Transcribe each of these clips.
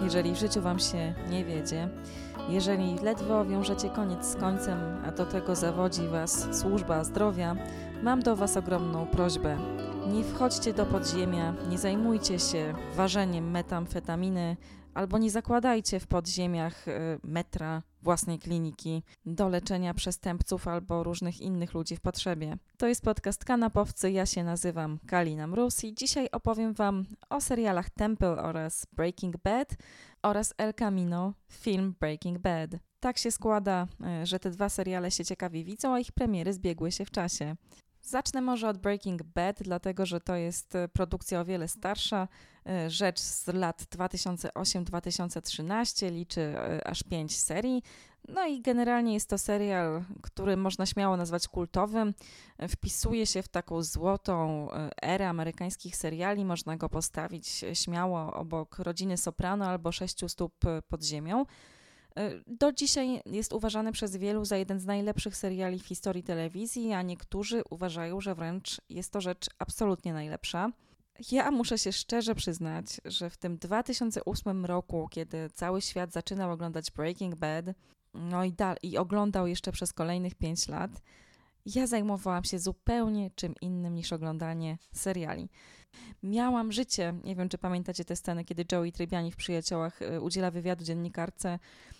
jeżeli w życiu Wam się nie wiedzie, jeżeli ledwo wiążecie koniec z końcem, a do tego zawodzi Was służba zdrowia, mam do Was ogromną prośbę. Nie wchodźcie do podziemia, nie zajmujcie się ważeniem metamfetaminy albo nie zakładajcie w podziemiach metra własnej kliniki do leczenia przestępców albo różnych innych ludzi w potrzebie. To jest podcast Kanapowcy, ja się nazywam Kalina Mróz i dzisiaj opowiem Wam o serialach Temple oraz Breaking Bad oraz El Camino, film Breaking Bad. Tak się składa, że te dwa seriale się ciekawie widzą, a ich premiery zbiegły się w czasie. Zacznę może od Breaking Bad, dlatego że to jest produkcja o wiele starsza, rzecz z lat 2008-2013, liczy aż 5 serii. No i generalnie jest to serial, który można śmiało nazwać kultowym. Wpisuje się w taką złotą erę amerykańskich seriali. Można go postawić śmiało obok Rodziny Soprano albo 6 stóp pod ziemią. Do dzisiaj jest uważany przez wielu za jeden z najlepszych seriali w historii telewizji, a niektórzy uważają, że wręcz jest to rzecz absolutnie najlepsza. Ja muszę się szczerze przyznać, że w tym 2008 roku, kiedy cały świat zaczynał oglądać Breaking Bad, i oglądał jeszcze przez kolejnych 5 lat, ja zajmowałam się zupełnie czym innym niż oglądanie seriali. Miałam życie, nie wiem czy pamiętacie te sceny, kiedy Joey Tribbiani w Przyjaciołach udziela wywiadu dziennikarce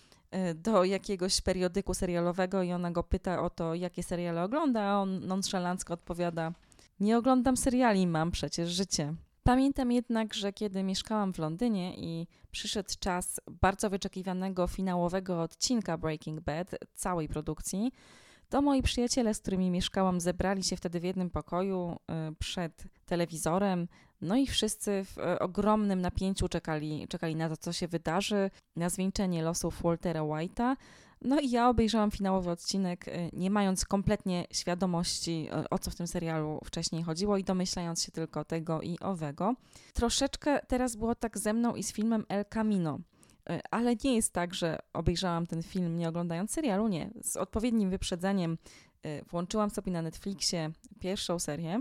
do jakiegoś periodyku serialowego i ona go pyta o to, jakie seriale ogląda, a on nonszalancko odpowiada: nie oglądam seriali, mam przecież życie. Pamiętam jednak, że kiedy mieszkałam w Londynie i przyszedł czas bardzo wyczekiwanego finałowego odcinka Breaking Bad, całej produkcji, to moi przyjaciele, z którymi mieszkałam, zebrali się wtedy w jednym pokoju przed telewizorem, no i wszyscy w ogromnym napięciu czekali na to, co się wydarzy, na zwieńczenie losów Waltera White'a. No i ja obejrzałam finałowy odcinek, nie mając kompletnie świadomości, o co w tym serialu wcześniej chodziło i domyślając się tylko tego i owego. Troszeczkę teraz było tak ze mną i z filmem El Camino. Ale nie jest tak, że obejrzałam ten film nie oglądając serialu, nie. Z odpowiednim wyprzedzeniem włączyłam sobie na Netflixie pierwszą serię,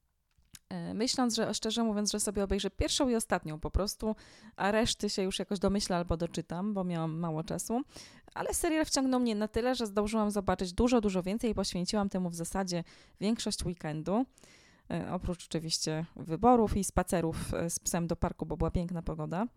myśląc, że szczerze mówiąc, że sobie obejrzę pierwszą i ostatnią po prostu, a reszty się już jakoś domyślę albo doczytam, bo miałam mało czasu. Ale serial wciągnął mnie na tyle, że zdążyłam zobaczyć dużo więcej i poświęciłam temu w zasadzie większość weekendu. Oprócz oczywiście wyborów i spacerów z psem do parku, bo była piękna pogoda.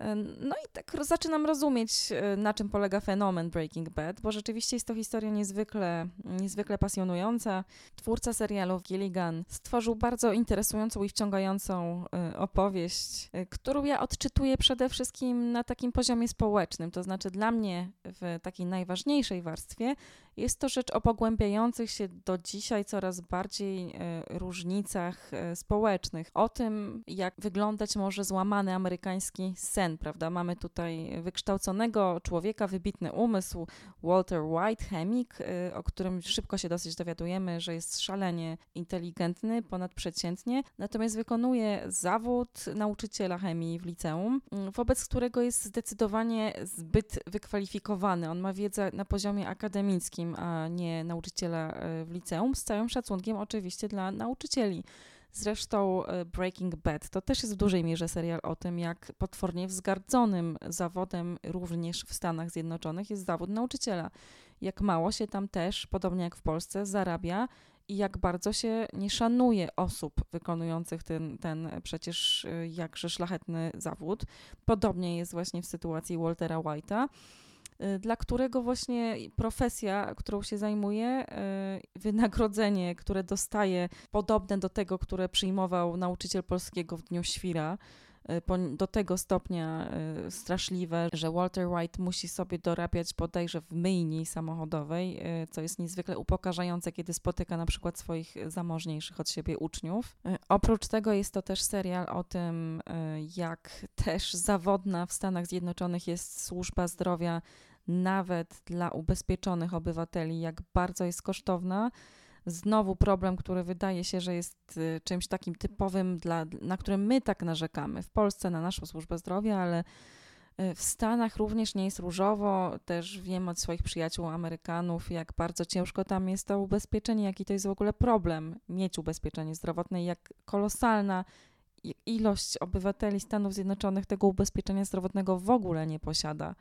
No i tak zaczynam rozumieć, na czym polega fenomen Breaking Bad, bo rzeczywiście jest to historia niezwykle pasjonująca. Twórca serialu Gilligan stworzył bardzo interesującą i wciągającą opowieść, którą ja odczytuję przede wszystkim na takim poziomie społecznym. To znaczy dla mnie w takiej najważniejszej warstwie jest to rzecz o pogłębiających się do dzisiaj coraz bardziej różnicach społecznych. O tym, jak wyglądać może złamany amerykański sen, prawda? Mamy tutaj wykształconego człowieka, wybitny umysł, Walter White, chemik, o którym szybko się dosyć dowiadujemy, że jest szalenie inteligentny, ponadprzeciętnie, natomiast wykonuje zawód nauczyciela chemii w liceum, wobec którego jest zdecydowanie zbyt wykwalifikowany. On ma wiedzę na poziomie akademickim, a nie nauczyciela w liceum, z całym szacunkiem oczywiście dla nauczycieli. Zresztą Breaking Bad to też jest w dużej mierze serial o tym, jak potwornie wzgardzonym zawodem również w Stanach Zjednoczonych jest zawód nauczyciela. Jak mało się tam też, podobnie jak w Polsce, zarabia i jak bardzo się nie szanuje osób wykonujących ten przecież jakże szlachetny zawód. Podobnie jest właśnie w sytuacji Waltera White'a, dla którego właśnie profesja, którą się zajmuje, wynagrodzenie, które dostaje, podobne do tego, które przyjmował nauczyciel polskiego w Dniu Świra, do tego stopnia straszliwe, że Walter White musi sobie dorabiać bodajże w myjni samochodowej, co jest niezwykle upokarzające, kiedy spotyka na przykład swoich zamożniejszych od siebie uczniów. Oprócz tego jest to też serial o tym, jak też zawodna w Stanach Zjednoczonych jest służba zdrowia nawet dla ubezpieczonych obywateli, jak bardzo jest kosztowna. Znowu problem, który wydaje się, że jest czymś takim typowym, na którym my tak narzekamy w Polsce na naszą służbę zdrowia, ale w Stanach również nie jest różowo. Też wiem od swoich przyjaciół Amerykanów, jak bardzo ciężko tam jest to ubezpieczenie, jaki to jest w ogóle problem mieć ubezpieczenie zdrowotne, jak kolosalna ilość obywateli Stanów Zjednoczonych tego ubezpieczenia zdrowotnego w ogóle nie posiada.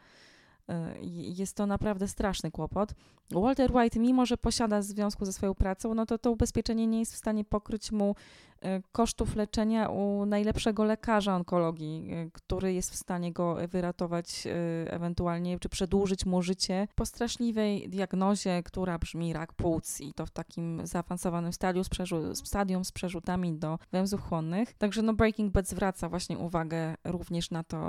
Jest to naprawdę straszny kłopot. Walter White, mimo że posiada w związku ze swoją pracą, no to ubezpieczenie nie jest w stanie pokryć mu kosztów leczenia u najlepszego lekarza onkologii, który jest w stanie go wyratować ewentualnie, czy przedłużyć mu życie po straszliwej diagnozie, która brzmi rak płuc i to w takim zaawansowanym stadium z przerzutami do węzłów chłonnych. Także no Breaking Bad zwraca właśnie uwagę również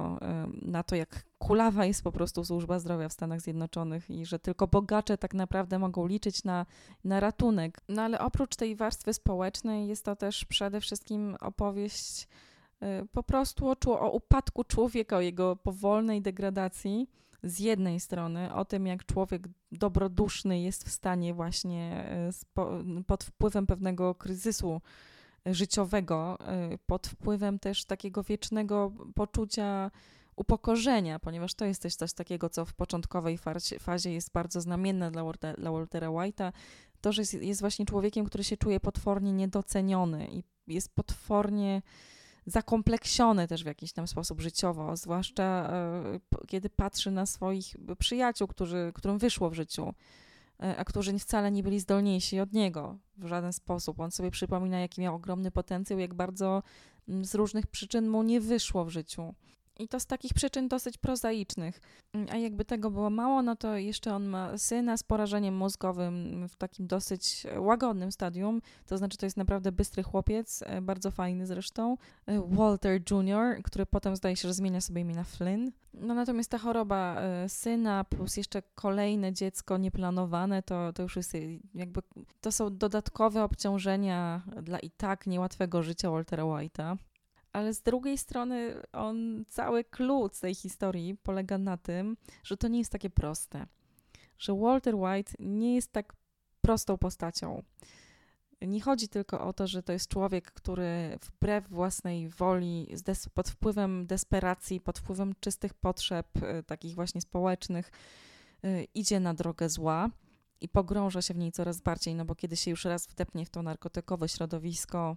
na to, jak kulawa jest po prostu służba zdrowia w Stanach Zjednoczonych i że tylko bogacze tak naprawdę mogą liczyć na ratunek. No ale oprócz tej warstwy społecznej jest to też przede wszystkim opowieść po prostu o upadku człowieka, o jego powolnej degradacji z jednej strony, o tym jak człowiek dobroduszny jest w stanie właśnie pod wpływem pewnego kryzysu życiowego, pod wpływem też takiego wiecznego poczucia upokorzenia, ponieważ to jest też coś takiego, co w początkowej fazie jest bardzo znamienne dla Waltera White'a, to, że jest właśnie człowiekiem, który się czuje potwornie niedoceniony i jest potwornie zakompleksiony też w jakiś tam sposób życiowo, zwłaszcza kiedy patrzy na swoich przyjaciół, którym wyszło w życiu, a którzy wcale nie byli zdolniejsi od niego w żaden sposób. On sobie przypomina, jaki miał ogromny potencjał, jak bardzo z różnych przyczyn mu nie wyszło w życiu. I to z takich przyczyn dosyć prozaicznych. A jakby tego było mało, no to jeszcze on ma syna z porażeniem mózgowym w takim dosyć łagodnym stadium. To znaczy, to jest naprawdę bystry chłopiec, bardzo fajny zresztą. Walter Jr., który potem zdaje się, że zmienia sobie imię na Flynn. No natomiast ta choroba syna plus jeszcze kolejne dziecko nieplanowane, to już jest jakby, to są dodatkowe obciążenia dla i tak niełatwego życia Waltera White'a. Ale z drugiej strony cały klucz tej historii polega na tym, że to nie jest takie proste. Że Walter White nie jest tak prostą postacią. Nie chodzi tylko o to, że to jest człowiek, który wbrew własnej woli, pod wpływem desperacji, pod wpływem czystych potrzeb, takich właśnie społecznych, idzie na drogę zła i pogrąża się w niej coraz bardziej, no bo kiedy się już raz wdepnie w to narkotykowe środowisko,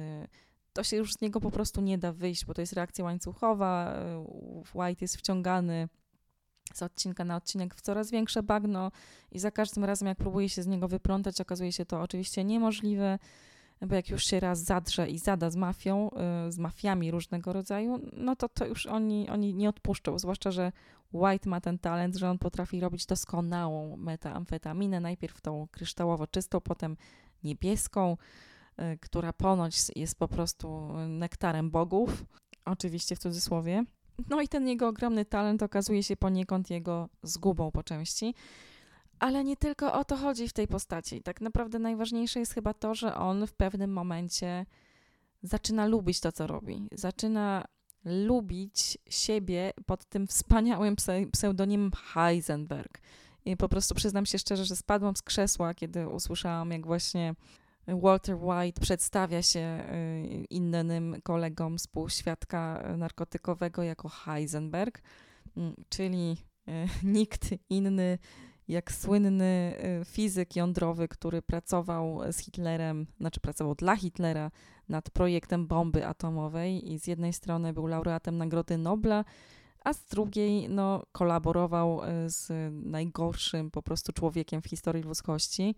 to się już z niego po prostu nie da wyjść, bo to jest reakcja łańcuchowa. White jest wciągany z odcinka na odcinek w coraz większe bagno i za każdym razem, jak próbuje się z niego wyplątać, okazuje się to oczywiście niemożliwe, bo jak już się raz zadrze i zada z mafią, z mafiami różnego rodzaju, no to już oni nie odpuszczą, zwłaszcza, że White ma ten talent, że on potrafi robić doskonałą metamfetaminę, najpierw tą kryształowo czystą, potem niebieską, która ponoć jest po prostu nektarem bogów, oczywiście w cudzysłowie. No i ten jego ogromny talent okazuje się poniekąd jego zgubą po części, ale nie tylko o to chodzi w tej postaci. Tak naprawdę najważniejsze jest chyba to, że on w pewnym momencie zaczyna lubić to, co robi. Zaczyna lubić siebie pod tym wspaniałym pseudonimem Heisenberg. I po prostu przyznam się szczerze, że spadłam z krzesła, kiedy usłyszałam, jak właśnie Walter White przedstawia się innym kolegom współświadka narkotykowego jako Heisenberg, czyli nikt inny jak słynny fizyk jądrowy, który pracował z Hitlerem, pracował dla Hitlera nad projektem bomby atomowej i z jednej strony był laureatem Nagrody Nobla, a z drugiej kolaborował z najgorszym po prostu człowiekiem w historii ludzkości.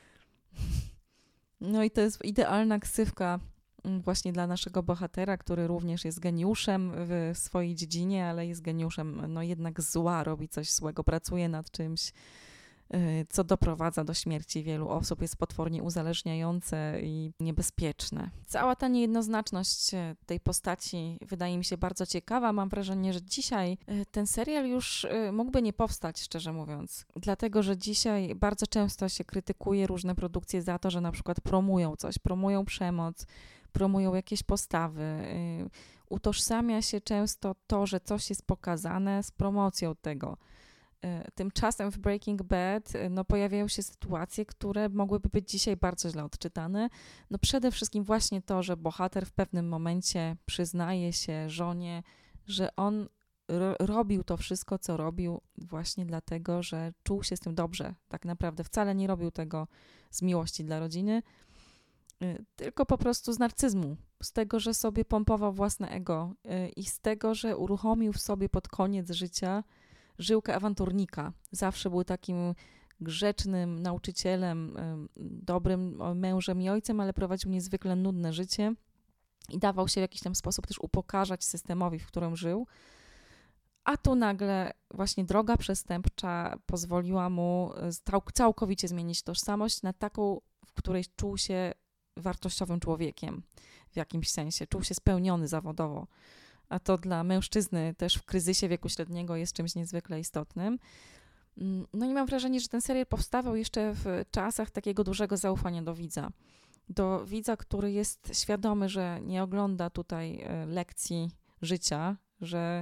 No i to jest idealna ksywka właśnie dla naszego bohatera, który również jest geniuszem w swojej dziedzinie, ale jest geniuszem jednak zła, robi coś złego, pracuje nad czymś, co doprowadza do śmierci wielu osób, jest potwornie uzależniające i niebezpieczne. Cała ta niejednoznaczność tej postaci wydaje mi się bardzo ciekawa. Mam wrażenie, że dzisiaj ten serial już mógłby nie powstać, szczerze mówiąc. Dlatego, że dzisiaj bardzo często się krytykuje różne produkcje za to, że na przykład promują coś, promują przemoc, promują jakieś postawy. Utożsamia się często to, że coś jest pokazane z promocją tego. Tymczasem w Breaking Bad pojawiają się sytuacje, które mogłyby być dzisiaj bardzo źle odczytane. Przede wszystkim właśnie to, że bohater w pewnym momencie przyznaje się żonie, że on robił to wszystko, co robił właśnie dlatego, że czuł się z tym dobrze. Tak naprawdę wcale nie robił tego z miłości dla rodziny, tylko po prostu z narcyzmu. z tego, że sobie pompował własne ego i z tego, że uruchomił w sobie pod koniec życia żyłkę awanturnika. Zawsze był takim grzecznym nauczycielem, dobrym mężem i ojcem, ale prowadził niezwykle nudne życie i dawał się w jakiś tam sposób też upokarzać systemowi, w którym żył. A tu nagle właśnie droga przestępcza pozwoliła mu całkowicie zmienić tożsamość na taką, w której czuł się wartościowym człowiekiem w jakimś sensie, czuł się spełniony zawodowo. A to dla mężczyzny też w kryzysie wieku średniego jest czymś niezwykle istotnym. No i mam wrażenie, że ten serial powstawał jeszcze w czasach takiego dużego zaufania do widza. Do widza, który jest świadomy, że nie ogląda tutaj lekcji życia, że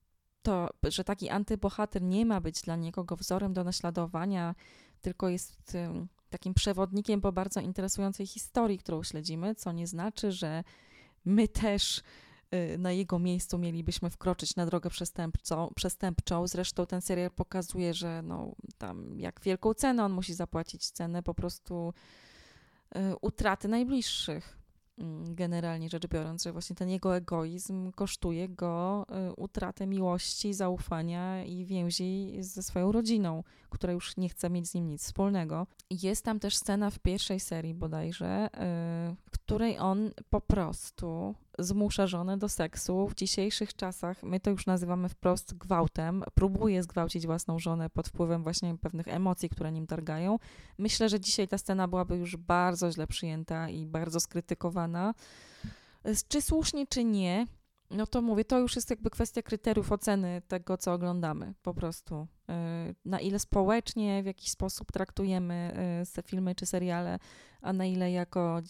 taki antybohater nie ma być dla nikogo wzorem do naśladowania, tylko jest takim przewodnikiem po bardzo interesującej historii, którą śledzimy, co nie znaczy, że my też na jego miejscu mielibyśmy wkroczyć na drogę przestępczą. Zresztą ten serial pokazuje, że no, tam jak wielką cenę on musi zapłacić, cenę po prostu utraty najbliższych. Generalnie rzecz biorąc, że właśnie ten jego egoizm kosztuje go utratę miłości, zaufania i więzi ze swoją rodziną, która już nie chce mieć z nim nic wspólnego. Jest tam też scena w pierwszej serii bodajże, w której on po prostu zmusza żonę do seksu. W dzisiejszych czasach my to już nazywamy wprost gwałtem. Próbuje zgwałcić własną żonę pod wpływem właśnie pewnych emocji, które nim targają. Myślę, że dzisiaj ta scena byłaby już bardzo źle przyjęta i bardzo skrytykowana. Czy słusznie, czy nie, no to mówię, to już jest jakby kwestia kryteriów oceny tego, co oglądamy po prostu. Na ile społecznie w jakiś sposób traktujemy te filmy czy seriale, a na ile jako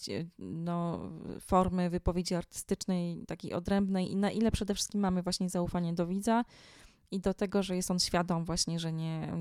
formy wypowiedzi artystycznej, takiej odrębnej i na ile przede wszystkim mamy właśnie zaufanie do widza i do tego, że jest on świadom właśnie, że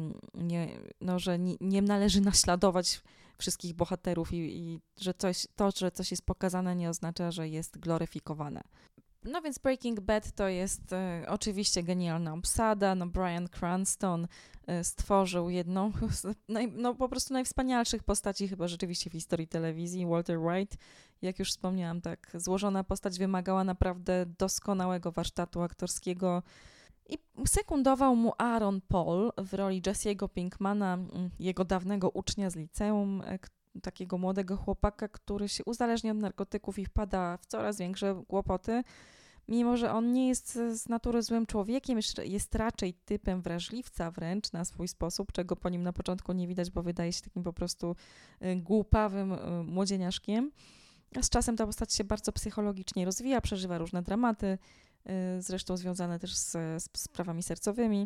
nie należy naśladować wszystkich bohaterów i że że coś jest pokazane, nie oznacza, że jest gloryfikowane. No więc Breaking Bad to jest oczywiście genialna obsada. No Bryan Cranston stworzył jedną po prostu najwspanialszych postaci chyba rzeczywiście w historii telewizji. Walter White, jak już wspomniałam, tak złożona postać wymagała naprawdę doskonałego warsztatu aktorskiego i sekundował mu Aaron Paul w roli Jesse'ego Pinkmana, jego dawnego ucznia z liceum, takiego młodego chłopaka, który się uzależnia od narkotyków i wpada w coraz większe kłopoty. Mimo że on nie jest z natury złym człowiekiem, jest raczej typem wrażliwca wręcz na swój sposób, czego po nim na początku nie widać, bo wydaje się takim po prostu głupawym młodzieniaszkiem. A z czasem ta postać się bardzo psychologicznie rozwija, przeżywa różne dramaty, zresztą związane też z sprawami sercowymi.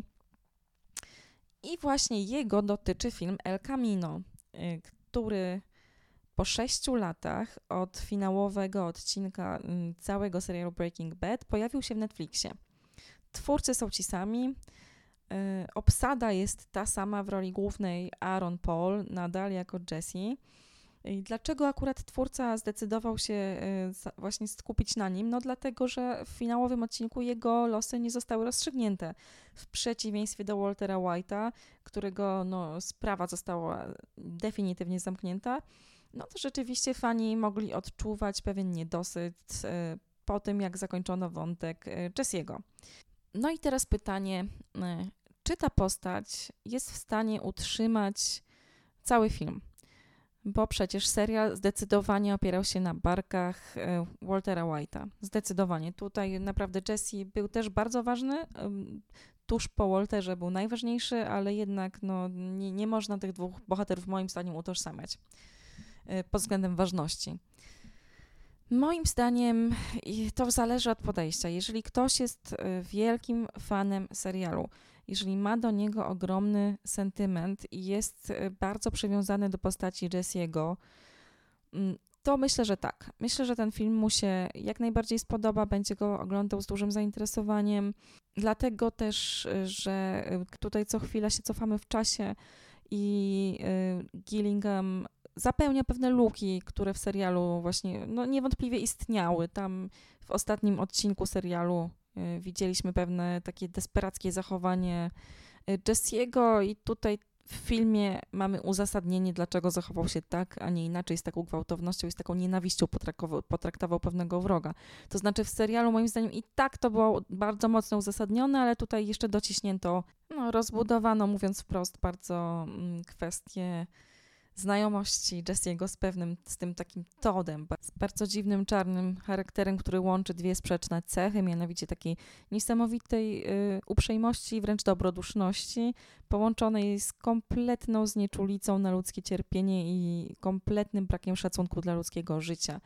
I właśnie jego dotyczy film El Camino, który po 6 latach od finałowego odcinka całego serialu Breaking Bad pojawił się w Netflixie. Twórcy są ci sami, obsada jest ta sama w roli głównej Aaron Paul, nadal jako Jesse. I dlaczego akurat twórca zdecydował się właśnie skupić na nim? No dlatego, że w finałowym odcinku jego losy nie zostały rozstrzygnięte. W przeciwieństwie do Waltera White'a, którego sprawa została definitywnie zamknięta, no to rzeczywiście fani mogli odczuwać pewien niedosyt po tym, jak zakończono wątek Jesse'ego. No i teraz pytanie, czy ta postać jest w stanie utrzymać cały film? Bo przecież serial zdecydowanie opierał się na barkach Waltera White'a. Zdecydowanie. Tutaj naprawdę Jesse był też bardzo ważny. Tuż po Walterze był najważniejszy, ale jednak nie można tych dwóch bohaterów moim zdaniem utożsamiać pod względem ważności. Moim zdaniem to zależy od podejścia. Jeżeli ktoś jest wielkim fanem serialu, jeżeli ma do niego ogromny sentyment i jest bardzo przywiązany do postaci Jesse'ego, to myślę, że tak. Myślę, że ten film mu się jak najbardziej spodoba, będzie go oglądał z dużym zainteresowaniem. Dlatego też, że tutaj co chwila się cofamy w czasie i Gillingham zapełnia pewne luki, które w serialu właśnie niewątpliwie istniały. Tam w ostatnim odcinku serialu widzieliśmy pewne takie desperackie zachowanie Jesse'ego i tutaj w filmie mamy uzasadnienie, dlaczego zachował się tak, a nie inaczej, z taką gwałtownością i z taką nienawiścią potraktował pewnego wroga. To znaczy w serialu moim zdaniem i tak to było bardzo mocno uzasadnione, ale tutaj jeszcze dociśnięto, rozbudowano, mówiąc wprost, bardzo kwestię znajomości Jesse'ego z tym takim Toddem, z bardzo dziwnym, czarnym charakterem, który łączy dwie sprzeczne cechy, mianowicie takiej niesamowitej uprzejmości, wręcz dobroduszności, połączonej z kompletną znieczulicą na ludzkie cierpienie i kompletnym brakiem szacunku dla ludzkiego życia.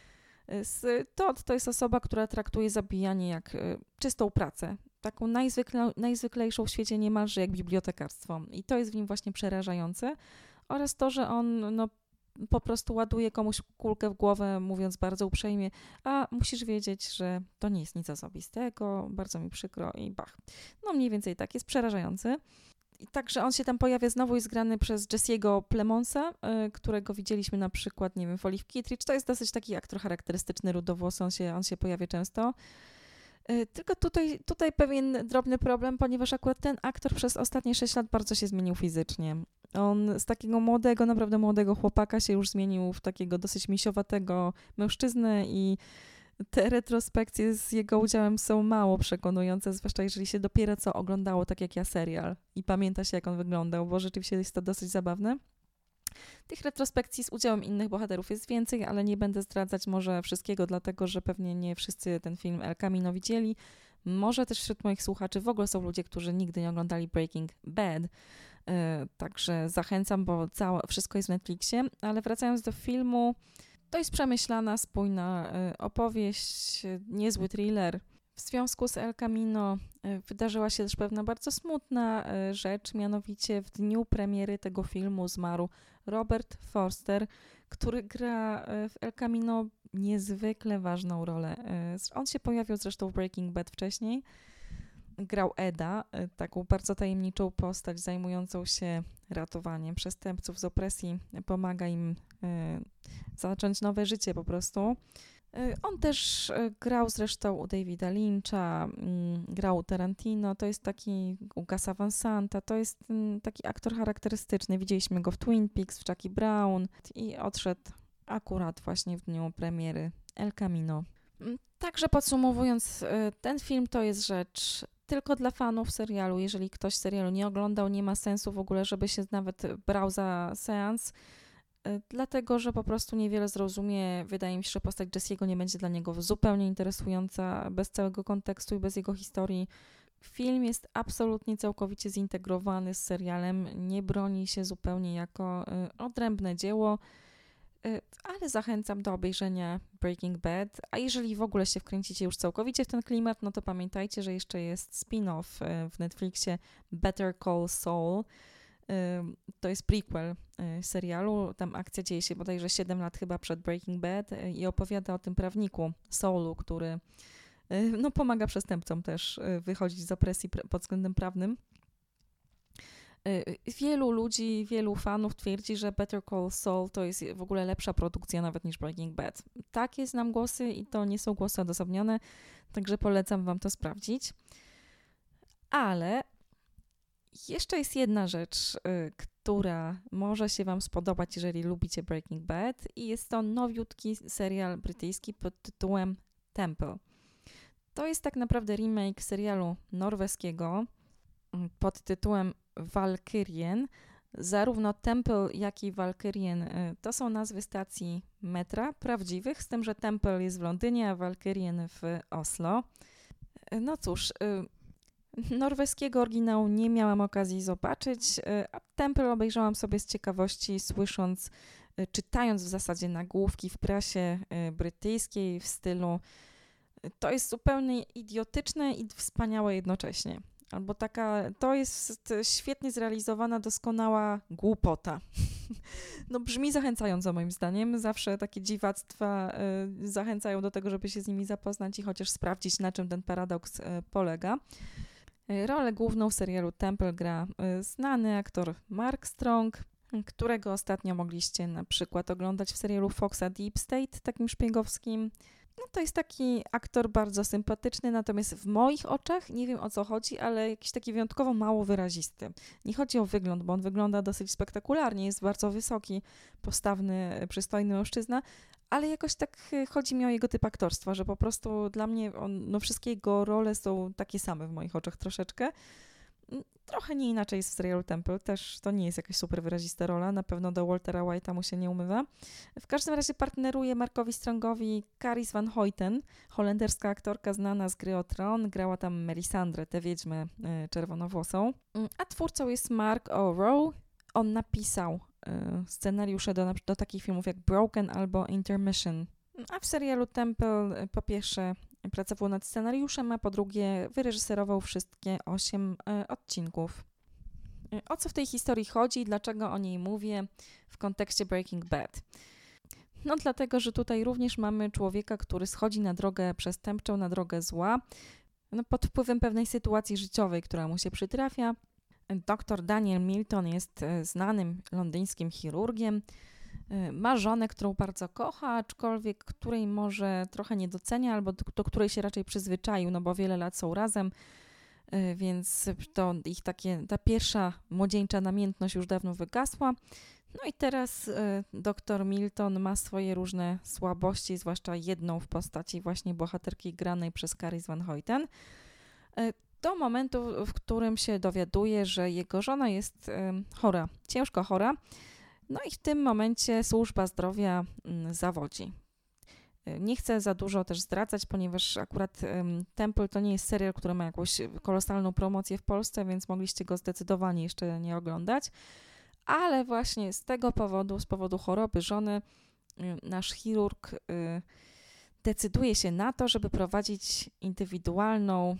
Todd to jest osoba, która traktuje zabijanie jak czystą pracę, taką najzwyklejszą w świecie niemalże jak bibliotekarstwo. I to jest w nim właśnie przerażające. Oraz to, że on po prostu ładuje komuś kulkę w głowę, mówiąc bardzo uprzejmie, a musisz wiedzieć, że to nie jest nic osobistego, bardzo mi przykro i bach. Mniej więcej tak, jest przerażający. I także on się tam pojawia znowu, jest grany przez Jesse'ego Plemonsa, którego widzieliśmy na przykład, nie wiem, w Olive Kitteridge. To jest dosyć taki aktor charakterystyczny, rudowłosy, on się pojawia często. Tylko tutaj pewien drobny problem, ponieważ akurat ten aktor przez ostatnie 6 lat bardzo się zmienił fizycznie. On z takiego naprawdę młodego chłopaka się już zmienił w takiego dosyć misiowatego mężczyznę i te retrospekcje z jego udziałem są mało przekonujące, zwłaszcza jeżeli się dopiero co oglądało, tak jak ja, serial i pamięta się, jak on wyglądał, bo rzeczywiście jest to dosyć zabawne. Tych retrospekcji z udziałem innych bohaterów jest więcej, ale nie będę zdradzać może wszystkiego, dlatego że pewnie nie wszyscy ten film El Camino widzieli. Może też wśród moich słuchaczy w ogóle są ludzie, którzy nigdy nie oglądali Breaking Bad, także zachęcam, bo wszystko jest w Netflixie, ale wracając do filmu, to jest przemyślana, spójna opowieść, niezły thriller. W związku z El Camino wydarzyła się też pewna bardzo smutna rzecz, mianowicie w dniu premiery tego filmu zmarł Robert Forster, który gra w El Camino niezwykle ważną rolę. On się pojawił zresztą w Breaking Bad wcześniej. Grał Eda, taką bardzo tajemniczą postać zajmującą się ratowaniem przestępców z opresji. Pomaga im zacząć nowe życie po prostu. On też grał zresztą u Davida Lyncha, grał u Tarantino, to jest taki u Gasa Van Santa, to jest taki aktor charakterystyczny. Widzieliśmy go w Twin Peaks, w Jackie Brown i odszedł akurat właśnie w dniu premiery El Camino. Także podsumowując, ten film to jest rzecz tylko dla fanów serialu. Jeżeli ktoś serialu nie oglądał, nie ma sensu w ogóle, żeby się nawet brał za seans, dlatego, że po prostu niewiele zrozumie. Wydaje mi się, że postać Jesse'ego nie będzie dla niego zupełnie interesująca, bez całego kontekstu i bez jego historii. Film jest absolutnie całkowicie zintegrowany z serialem, nie broni się zupełnie jako odrębne dzieło, ale zachęcam do obejrzenia Breaking Bad, a jeżeli w ogóle się wkręcicie już całkowicie w ten klimat, no to pamiętajcie, że jeszcze jest spin-off w Netflixie Better Call Saul. To jest prequel serialu, tam akcja dzieje się bodajże 7 lat chyba przed Breaking Bad i opowiada o tym prawniku Saulu, który pomaga przestępcom też wychodzić z opresji pod względem prawnym. Wielu ludzi, wielu fanów twierdzi, że Better Call Saul to jest w ogóle lepsza produkcja nawet niż Breaking Bad. Takie znam głosy i to nie są głosy odosobnione, także polecam wam to sprawdzić. Ale jeszcze jest jedna rzecz, która może się wam spodobać, jeżeli lubicie Breaking Bad i jest to nowiutki serial brytyjski pod tytułem Temple. To jest tak naprawdę remake serialu norweskiego pod tytułem Valkyrien. Zarówno Temple, jak i Valkyrien to są nazwy stacji metra prawdziwych, z tym, że Temple jest w Londynie, a Valkyrien w Oslo. No cóż, norweskiego oryginału nie miałam okazji zobaczyć, a Temple obejrzałam sobie z ciekawości, czytając w zasadzie nagłówki w prasie brytyjskiej w stylu to jest zupełnie idiotyczne i wspaniałe jednocześnie. Albo to jest świetnie zrealizowana, doskonała głupota. Brzmi zachęcająco moim zdaniem. Zawsze takie dziwactwa zachęcają do tego, żeby się z nimi zapoznać i chociaż sprawdzić, na czym ten paradoks polega. Rolę główną w serialu Temple gra znany aktor Mark Strong, którego ostatnio mogliście na przykład oglądać w serialu Foxa Deep State, takim szpiegowskim. No to jest taki aktor bardzo sympatyczny, natomiast w moich oczach, nie wiem o co chodzi, ale jakiś taki wyjątkowo mało wyrazisty. Nie chodzi o wygląd, bo on wygląda dosyć spektakularnie, jest bardzo wysoki, postawny, przystojny mężczyzna, ale jakoś tak chodzi mi o jego typ aktorstwa, że po prostu dla mnie wszystkie jego role są takie same w moich oczach troszeczkę. Trochę nie inaczej jest w serialu Temple, też to nie jest jakaś super wyrazista rola, na pewno do Waltera White'a mu się nie umywa. W każdym razie partneruje Markowi Strongowi Karis van Hoyten, holenderska aktorka znana z Gry o Tron, grała tam Melisandrę, tę wiedźmę czerwonowłosą. A twórcą jest Mark O'Rourke, on napisał scenariusze do takich filmów jak Broken albo Intermission. A w serialu Temple po pierwsze pracował nad scenariuszem, a po drugie wyreżyserował wszystkie 8 odcinków. O co w tej historii chodzi i dlaczego o niej mówię w kontekście Breaking Bad? No dlatego, że tutaj również mamy człowieka, który schodzi na drogę przestępczą, na drogę zła, pod wpływem pewnej sytuacji życiowej, która mu się przytrafia. Dr Daniel Milton jest znanym londyńskim chirurgiem. Ma żonę, którą bardzo kocha, aczkolwiek której może trochę nie docenia, albo do której się raczej przyzwyczaił, no bo wiele lat są razem, więc to ich ta pierwsza młodzieńcza namiętność już dawno wygasła. No i teraz dr Milton ma swoje różne słabości, zwłaszcza jedną w postaci właśnie bohaterki granej przez Karis van Hoyten, do momentu, w którym się dowiaduje, że jego żona jest chora, ciężko chora. No i w tym momencie służba zdrowia zawodzi. Nie chcę za dużo też zdradzać, ponieważ akurat Temple to nie jest serial, który ma jakąś kolosalną promocję w Polsce, więc mogliście go zdecydowanie jeszcze nie oglądać. Ale właśnie z tego powodu, z powodu choroby żony, nasz chirurg decyduje się na to, żeby prowadzić indywidualną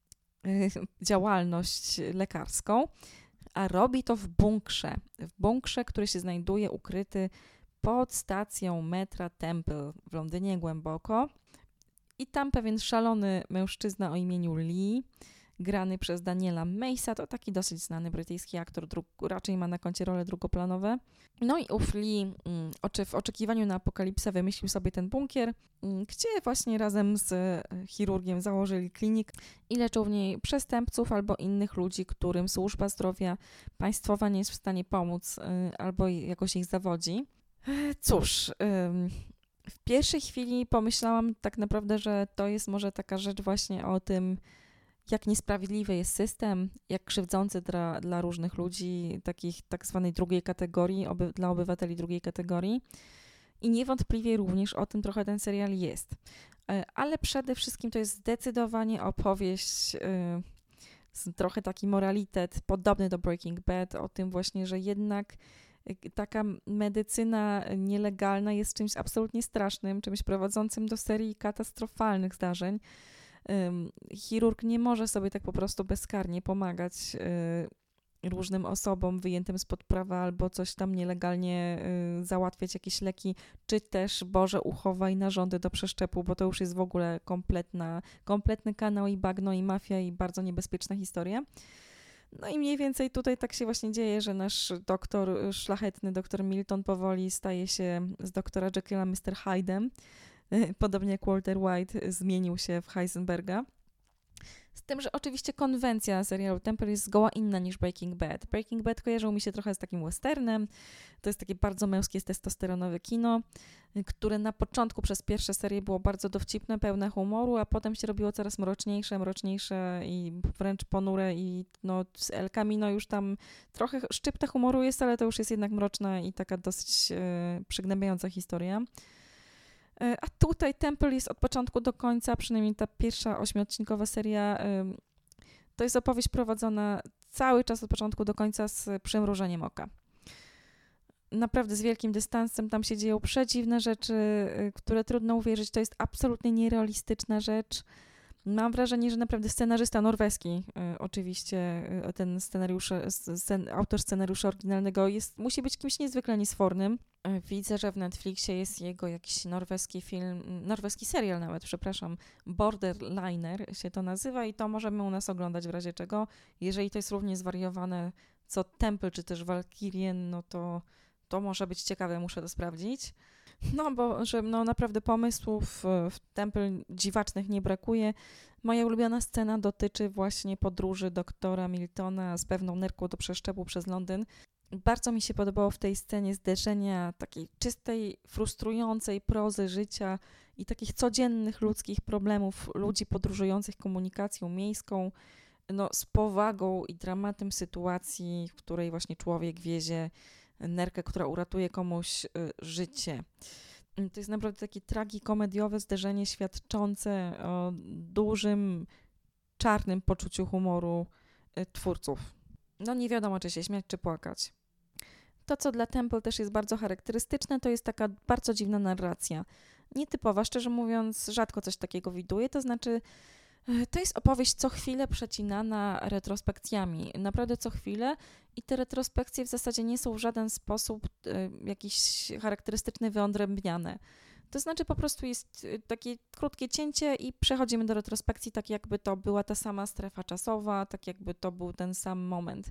działalność lekarską, a robi to w bunkrze, który się znajduje ukryty pod stacją metra Temple w Londynie głęboko. I tam pewien szalony mężczyzna o imieniu Lee, grany przez Daniela Mace'a, to taki dosyć znany brytyjski aktor, raczej ma na koncie role drugoplanowe. No i ów Lee w oczekiwaniu na apokalipsę wymyślił sobie ten bunkier, gdzie właśnie razem z chirurgiem założyli klinik i leczą w niej przestępców albo innych ludzi, którym służba zdrowia państwowa nie jest w stanie pomóc albo jakoś ich zawodzi. Cóż, w pierwszej chwili pomyślałam tak naprawdę, że to jest może taka rzecz właśnie o tym, jak niesprawiedliwy jest system, jak krzywdzący dla różnych ludzi, takich tak zwanej drugiej kategorii, dla obywateli drugiej kategorii. I niewątpliwie również o tym trochę ten serial jest. Ale przede wszystkim to jest zdecydowanie opowieść, trochę taki moralitet, podobny do Breaking Bad, o tym właśnie, że jednak taka medycyna nielegalna jest czymś absolutnie strasznym, czymś prowadzącym do serii katastrofalnych zdarzeń. Chirurg nie może sobie tak po prostu bezkarnie pomagać różnym osobom wyjętym spod prawa albo coś tam nielegalnie załatwiać jakieś leki, czy też, Boże, uchowaj narządy do przeszczepu, bo to już jest w ogóle kompletny kanał i bagno i mafia i bardzo niebezpieczna historia. No i mniej więcej tutaj tak się właśnie dzieje, że nasz szlachetny doktor Milton powoli staje się z doktora Jekylla Mr. Hyde'em, podobnie jak Walter White zmienił się w Heisenberga. Z tym, że oczywiście konwencja serialu Temple jest zgoła inna niż Breaking Bad. Breaking Bad kojarzył mi się trochę z takim westernem. To jest takie bardzo męskie, testosteronowe kino, które na początku przez pierwsze serie było bardzo dowcipne, pełne humoru, a potem się robiło coraz mroczniejsze i wręcz ponure i z El Camino już tam trochę szczypta humoru jest, ale to już jest jednak mroczna i taka dosyć przygnębiająca historia. A tutaj Temple jest od początku do końca, przynajmniej ta pierwsza 8-odcinkowa seria, to jest opowieść prowadzona cały czas od początku do końca z przymrużeniem oka. Naprawdę z wielkim dystansem, tam się dzieją przedziwne rzeczy, które trudno uwierzyć, to jest absolutnie nierealistyczna rzecz. Mam wrażenie, że naprawdę scenarzysta norweski, oczywiście ten autor scenariusza oryginalnego musi być kimś niezwykle niesfornym. Widzę, że w Netflixie jest jego jakiś norweski serial nawet, Borderliner się to nazywa i to możemy u nas oglądać w razie czego. Jeżeli to jest równie zwariowane co Temple czy też Valkyrien, no to może być ciekawe, muszę to sprawdzić. No, bo że naprawdę pomysłów w Temple dziwacznych nie brakuje. Moja ulubiona scena dotyczy właśnie podróży doktora Miltona z pewną nerką do przeszczepu przez Londyn. Bardzo mi się podobało w tej scenie zderzenia takiej czystej, frustrującej prozy życia i takich codziennych ludzkich problemów ludzi podróżujących komunikacją miejską, z powagą i dramatem sytuacji, w której właśnie człowiek wiezie nerkę, która uratuje komuś życie. To jest naprawdę takie tragikomediowe zderzenie świadczące o dużym, czarnym poczuciu humoru twórców. Nie wiadomo, czy się śmiać, czy płakać. To, co dla Temple też jest bardzo charakterystyczne, to jest taka bardzo dziwna narracja. Nietypowa, szczerze mówiąc, rzadko coś takiego widuję, to znaczy to jest opowieść co chwilę przecinana retrospekcjami, naprawdę co chwilę i te retrospekcje w zasadzie nie są w żaden sposób jakiś charakterystyczny, wyodrębniane. To znaczy po prostu jest takie krótkie cięcie i przechodzimy do retrospekcji, tak jakby to była ta sama strefa czasowa, tak jakby to był ten sam moment.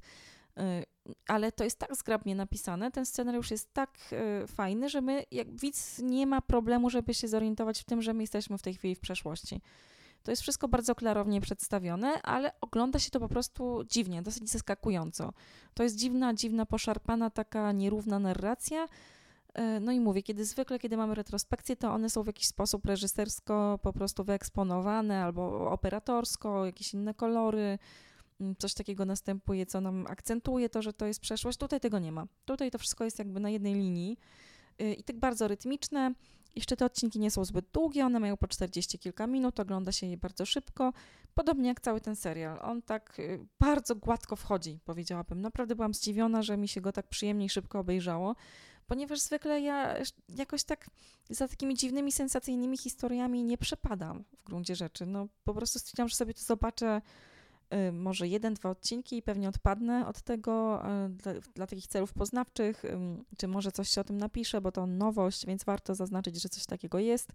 Ale to jest tak zgrabnie napisane, ten scenariusz jest tak fajny, że my, jak widz, nie ma problemu, żeby się zorientować w tym, że my jesteśmy w tej chwili w przeszłości. To jest wszystko bardzo klarownie przedstawione, ale ogląda się to po prostu dziwnie, dosyć zaskakująco. To jest dziwna, poszarpana, taka nierówna narracja. No i mówię, kiedy mamy retrospekcje, to one są w jakiś sposób reżysersko po prostu wyeksponowane albo operatorsko, jakieś inne kolory. Coś takiego następuje, co nam akcentuje to, że to jest przeszłość. Tutaj tego nie ma. Tutaj to wszystko jest jakby na jednej linii i tak bardzo rytmiczne. Jeszcze te odcinki nie są zbyt długie, one mają po 40 kilka minut, ogląda się je bardzo szybko, podobnie jak cały ten serial. On tak bardzo gładko wchodzi, powiedziałabym. Naprawdę byłam zdziwiona, że mi się go tak przyjemnie i szybko obejrzało, ponieważ zwykle ja jakoś tak za takimi dziwnymi, sensacyjnymi historiami nie przepadam w gruncie rzeczy. Po prostu stwierdziłam, że sobie to zobaczę może 1-2 odcinki i pewnie odpadnę od tego dla takich celów poznawczych, czy może coś się o tym napisze, bo to nowość, więc warto zaznaczyć, że coś takiego jest.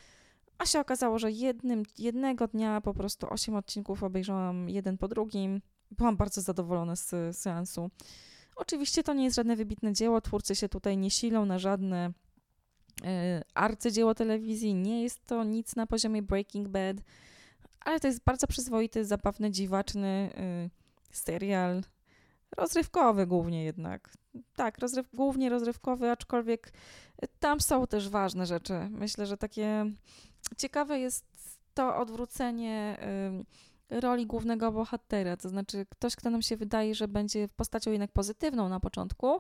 A się okazało, że jednego dnia po prostu 8 odcinków obejrzałam jeden po drugim. Byłam bardzo zadowolona z seansu. Oczywiście to nie jest żadne wybitne dzieło, twórcy się tutaj nie silą na żadne arcydzieło telewizji, nie jest to nic na poziomie Breaking Bad, ale to jest bardzo przyzwoity, zabawny, dziwaczny serial, rozrywkowy głównie jednak. Tak, głównie rozrywkowy, aczkolwiek tam są też ważne rzeczy. Myślę, że takie ciekawe jest to odwrócenie roli głównego bohatera, to znaczy ktoś, kto nam się wydaje, że będzie postacią jednak pozytywną na początku,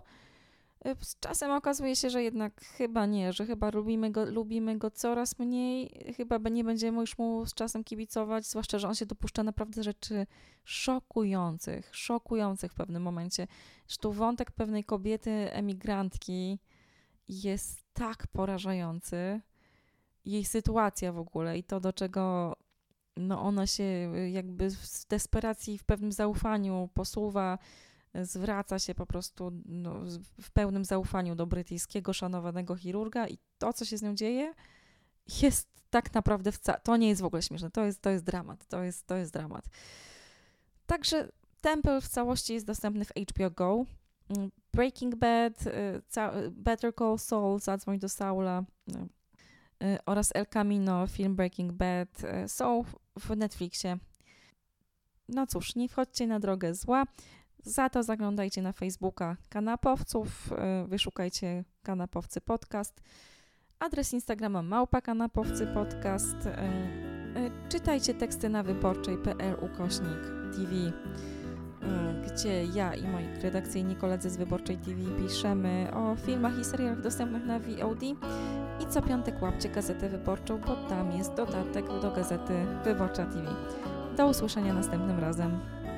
z czasem okazuje się, że jednak chyba nie, że chyba lubimy go coraz mniej, chyba nie będziemy już mu z czasem kibicować, zwłaszcza, że on się dopuszcza naprawdę rzeczy szokujących w pewnym momencie. Zresztą wątek pewnej kobiety, emigrantki jest tak porażający, jej sytuacja w ogóle i to, do czego ona się jakby w desperacji, w pewnym zaufaniu posuwa, zwraca się po prostu w pełnym zaufaniu do brytyjskiego szanowanego chirurga i to, co się z nią dzieje, jest tak naprawdę to nie jest w ogóle śmieszne, to jest dramat, to jest dramat. Także Temple w całości jest dostępny w HBO Go. Breaking Bad, Better Call Saul, Zadzwoń do Saula oraz El Camino, film Breaking Bad są w Netflixie. No cóż, nie wchodźcie na drogę zła. Za to zaglądajcie na Facebooka Kanapowców, wyszukajcie Kanapowcy Podcast, adres Instagrama @kanapowcypodcast, czytajcie teksty na wyborczej.pl/TV, gdzie ja i moi redakcyjni koledzy z Wyborczej TV piszemy o filmach i serialach dostępnych na VOD i co piątek łapcie Gazetę Wyborczą, bo tam jest dodatek do Gazety Wyborcza TV. Do usłyszenia następnym razem.